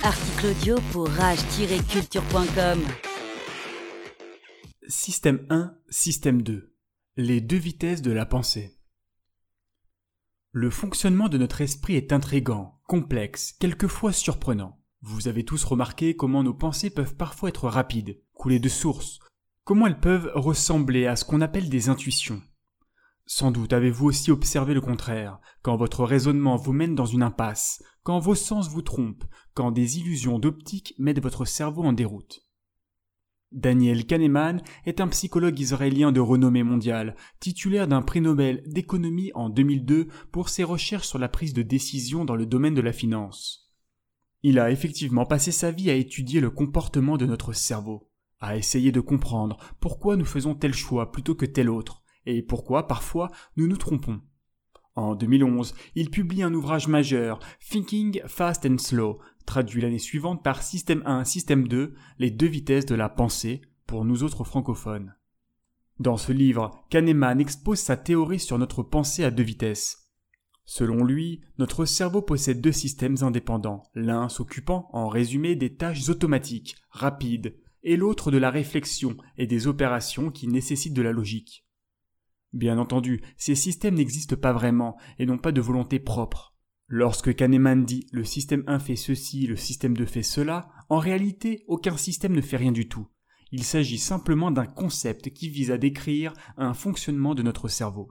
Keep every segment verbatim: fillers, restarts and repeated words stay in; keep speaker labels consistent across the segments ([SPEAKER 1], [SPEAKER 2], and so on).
[SPEAKER 1] Article audio pour rage tiret culture point com.
[SPEAKER 2] Système un, Système deux. Les deux vitesses de la pensée. Le fonctionnement de notre esprit est intrigant, complexe, quelquefois surprenant. Vous avez tous remarqué comment nos pensées peuvent parfois être rapides, couler de source, comment elles peuvent ressembler à ce qu'on appelle des intuitions. Sans doute avez-vous aussi observé le contraire, quand votre raisonnement vous mène dans une impasse, quand vos sens vous trompent, quand des illusions d'optique mettent votre cerveau en déroute. Daniel Kahneman est un psychologue israélien de renommée mondiale, titulaire d'un prix Nobel d'économie en deux mille deux pour ses recherches sur la prise de décision dans le domaine de la finance. Il a effectivement passé sa vie à étudier le comportement de notre cerveau, à essayer de comprendre pourquoi nous faisons tel choix plutôt que tel autre, et pourquoi, parfois, nous nous trompons. En deux mille onze, il publie un ouvrage majeur, Thinking Fast and Slow, traduit l'année suivante par Système un, Système deux, les deux vitesses de la pensée, pour nous autres francophones. Dans ce livre, Kahneman expose sa théorie sur notre pensée à deux vitesses. Selon lui, notre cerveau possède deux systèmes indépendants, l'un s'occupant, en résumé, des tâches automatiques, rapides, et l'autre de la réflexion et des opérations qui nécessitent de la logique. Bien entendu, ces systèmes n'existent pas vraiment et n'ont pas de volonté propre. Lorsque Kahneman dit « le système un fait ceci, le système deux fait cela », en réalité, aucun système ne fait rien du tout. Il s'agit simplement d'un concept qui vise à décrire un fonctionnement de notre cerveau.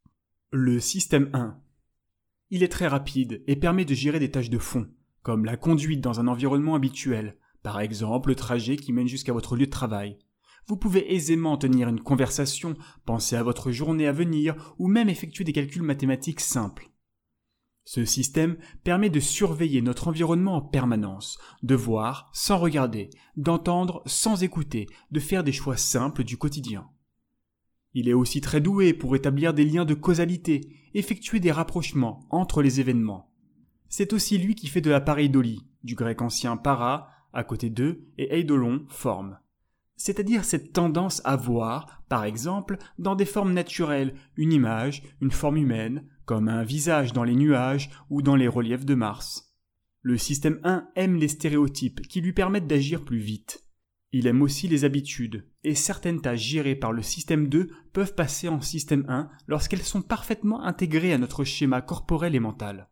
[SPEAKER 2] Le système un. Il est très rapide et permet de gérer des tâches de fond, comme la conduite dans un environnement habituel, par exemple le trajet qui mène jusqu'à votre lieu de travail. Vous pouvez aisément tenir une conversation, penser à votre journée à venir ou même effectuer des calculs mathématiques simples. Ce système permet de surveiller notre environnement en permanence, de voir sans regarder, d'entendre sans écouter, de faire des choix simples du quotidien. Il est aussi très doué pour établir des liens de causalité, effectuer des rapprochements entre les événements. C'est aussi lui qui fait de la pareidolie, du grec ancien para, à côté d'eux, et eidolon, forme. C'est-à-dire cette tendance à voir, par exemple, dans des formes naturelles, une image, une forme humaine, comme un visage dans les nuages ou dans les reliefs de Mars. Le système un aime les stéréotypes qui lui permettent d'agir plus vite. Il aime aussi les habitudes, et certaines tâches gérées par le système deux peuvent passer en système un lorsqu'elles sont parfaitement intégrées à notre schéma corporel et mental.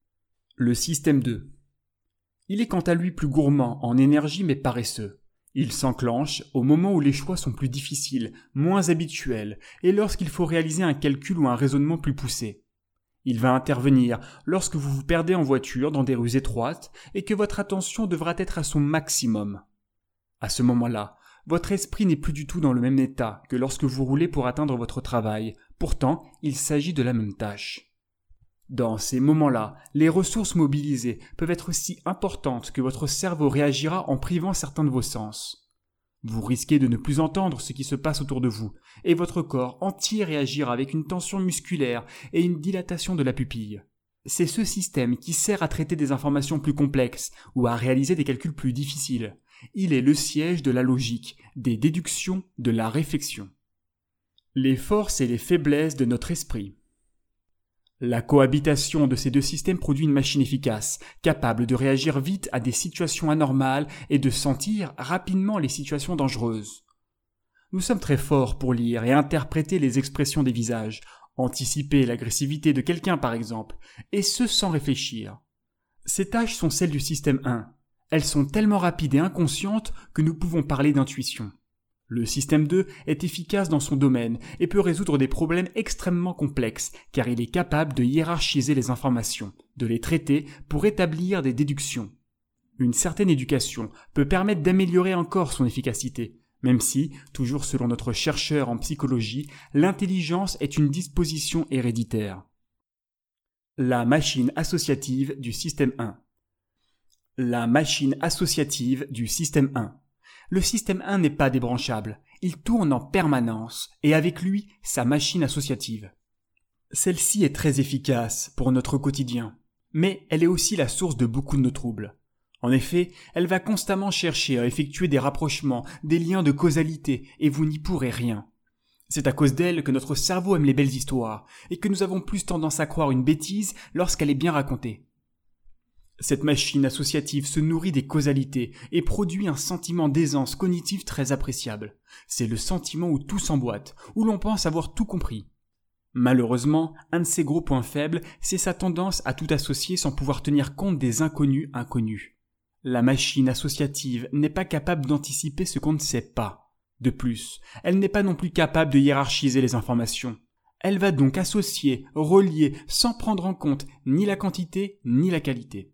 [SPEAKER 2] Le système deux. Il est quant à lui plus gourmand en énergie mais paresseux. Il s'enclenche au moment où les choix sont plus difficiles, moins habituels, et lorsqu'il faut réaliser un calcul ou un raisonnement plus poussé. Il va intervenir lorsque vous vous perdez en voiture dans des rues étroites et que votre attention devra être à son maximum. À ce moment-là, votre esprit n'est plus du tout dans le même état que lorsque vous roulez pour atteindre votre travail. Pourtant, il s'agit de la même tâche. Dans ces moments-là, les ressources mobilisées peuvent être si importantes que votre cerveau réagira en privant certains de vos sens. Vous risquez de ne plus entendre ce qui se passe autour de vous, et votre corps entier réagira avec une tension musculaire et une dilatation de la pupille. C'est ce système qui sert à traiter des informations plus complexes ou à réaliser des calculs plus difficiles. Il est le siège de la logique, des déductions, de la réflexion. Les forces et les faiblesses de notre esprit. La cohabitation de ces deux systèmes produit une machine efficace, capable de réagir vite à des situations anormales et de sentir rapidement les situations dangereuses. Nous sommes très forts pour lire et interpréter les expressions des visages, anticiper l'agressivité de quelqu'un par exemple, et ce sans réfléchir. Ces tâches sont celles du système un. Elles sont tellement rapides et inconscientes que nous pouvons parler d'intuition. Le système deux est efficace dans son domaine et peut résoudre des problèmes extrêmement complexes car il est capable de hiérarchiser les informations, de les traiter pour établir des déductions. Une certaine éducation peut permettre d'améliorer encore son efficacité, même si, toujours selon notre chercheur en psychologie, l'intelligence est une disposition héréditaire. La machine associative du système un. La machine associative du système un. Le système un n'est pas débranchable, il tourne en permanence, et avec lui, sa machine associative. Celle-ci est très efficace pour notre quotidien, mais elle est aussi la source de beaucoup de nos troubles. En effet, elle va constamment chercher à effectuer des rapprochements, des liens de causalité, et vous n'y pourrez rien. C'est à cause d'elle que notre cerveau aime les belles histoires, et que nous avons plus tendance à croire une bêtise lorsqu'elle est bien racontée. Cette machine associative se nourrit des causalités et produit un sentiment d'aisance cognitive très appréciable. C'est le sentiment où tout s'emboîte, où l'on pense avoir tout compris. Malheureusement, un de ses gros points faibles, c'est sa tendance à tout associer sans pouvoir tenir compte des inconnus inconnus. La machine associative n'est pas capable d'anticiper ce qu'on ne sait pas. De plus, elle n'est pas non plus capable de hiérarchiser les informations. Elle va donc associer, relier, sans prendre en compte ni la quantité ni la qualité.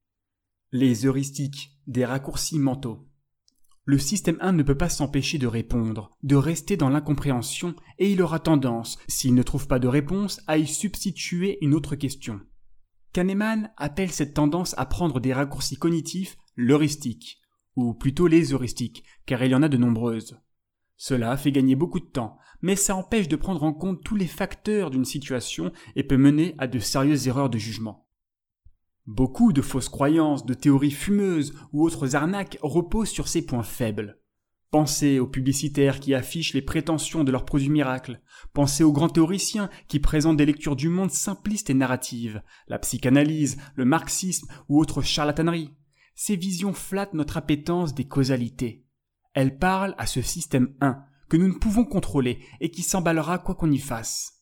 [SPEAKER 2] Les heuristiques, des raccourcis mentaux. Le système un ne peut pas s'empêcher de répondre, de rester dans l'incompréhension, et il aura tendance, s'il ne trouve pas de réponse, à y substituer une autre question. Kahneman appelle cette tendance à prendre des raccourcis cognitifs l'heuristique, ou plutôt les heuristiques, car il y en a de nombreuses. Cela fait gagner beaucoup de temps, mais ça empêche de prendre en compte tous les facteurs d'une situation et peut mener à de sérieuses erreurs de jugement. Beaucoup de fausses croyances, de théories fumeuses ou autres arnaques reposent sur ces points faibles. Pensez aux publicitaires qui affichent les prétentions de leurs produits miracles. Pensez aux grands théoriciens qui présentent des lectures du monde simplistes et narratives, la psychanalyse, le marxisme ou autres charlataneries. Ces visions flattent notre appétence des causalités. Elles parlent à ce système un que nous ne pouvons contrôler et qui s'emballera quoi qu'on y fasse.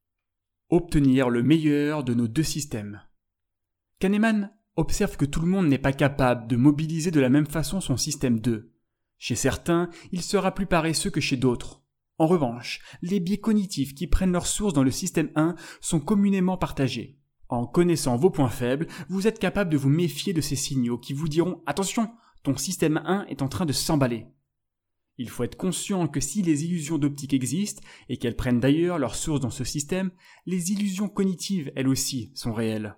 [SPEAKER 2] Obtenir le meilleur de nos deux systèmes. Kahneman observe que tout le monde n'est pas capable de mobiliser de la même façon son système deux. Chez certains, il sera plus paresseux que chez d'autres. En revanche, les biais cognitifs qui prennent leur source dans le système un sont communément partagés. En connaissant vos points faibles, vous êtes capable de vous méfier de ces signaux qui vous diront « Attention, ton système un est en train de s'emballer ». Il faut être conscient que si les illusions d'optique existent, et qu'elles prennent d'ailleurs leur source dans ce système, les illusions cognitives, elles aussi, sont réelles.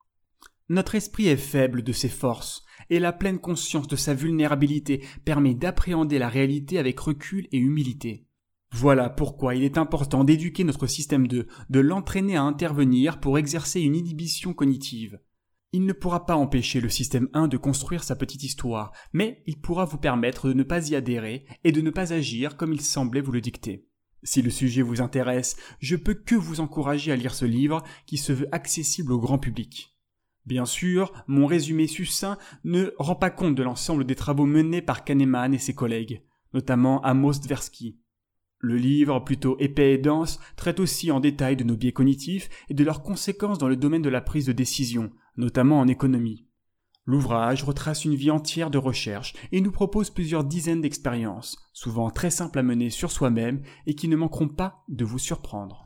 [SPEAKER 2] Notre esprit est faible de ses forces, et la pleine conscience de sa vulnérabilité permet d'appréhender la réalité avec recul et humilité. Voilà pourquoi il est important d'éduquer notre système deux, de l'entraîner à intervenir pour exercer une inhibition cognitive. Il ne pourra pas empêcher le système un de construire sa petite histoire, mais il pourra vous permettre de ne pas y adhérer et de ne pas agir comme il semblait vous le dicter. Si le sujet vous intéresse, je peux que vous encourager à lire ce livre qui se veut accessible au grand public. Bien sûr, mon résumé succinct ne rend pas compte de l'ensemble des travaux menés par Kahneman et ses collègues, notamment Amos Tversky. Le livre, plutôt épais et dense, traite aussi en détail de nos biais cognitifs et de leurs conséquences dans le domaine de la prise de décision, notamment en économie. L'ouvrage retrace une vie entière de recherche et nous propose plusieurs dizaines d'expériences, souvent très simples à mener sur soi-même et qui ne manqueront pas de vous surprendre.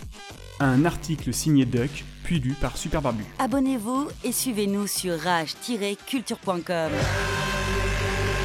[SPEAKER 2] Un article signé Duck, puis lu par Super Barbu.
[SPEAKER 1] Abonnez-vous et suivez-nous sur rage tiret culture point com.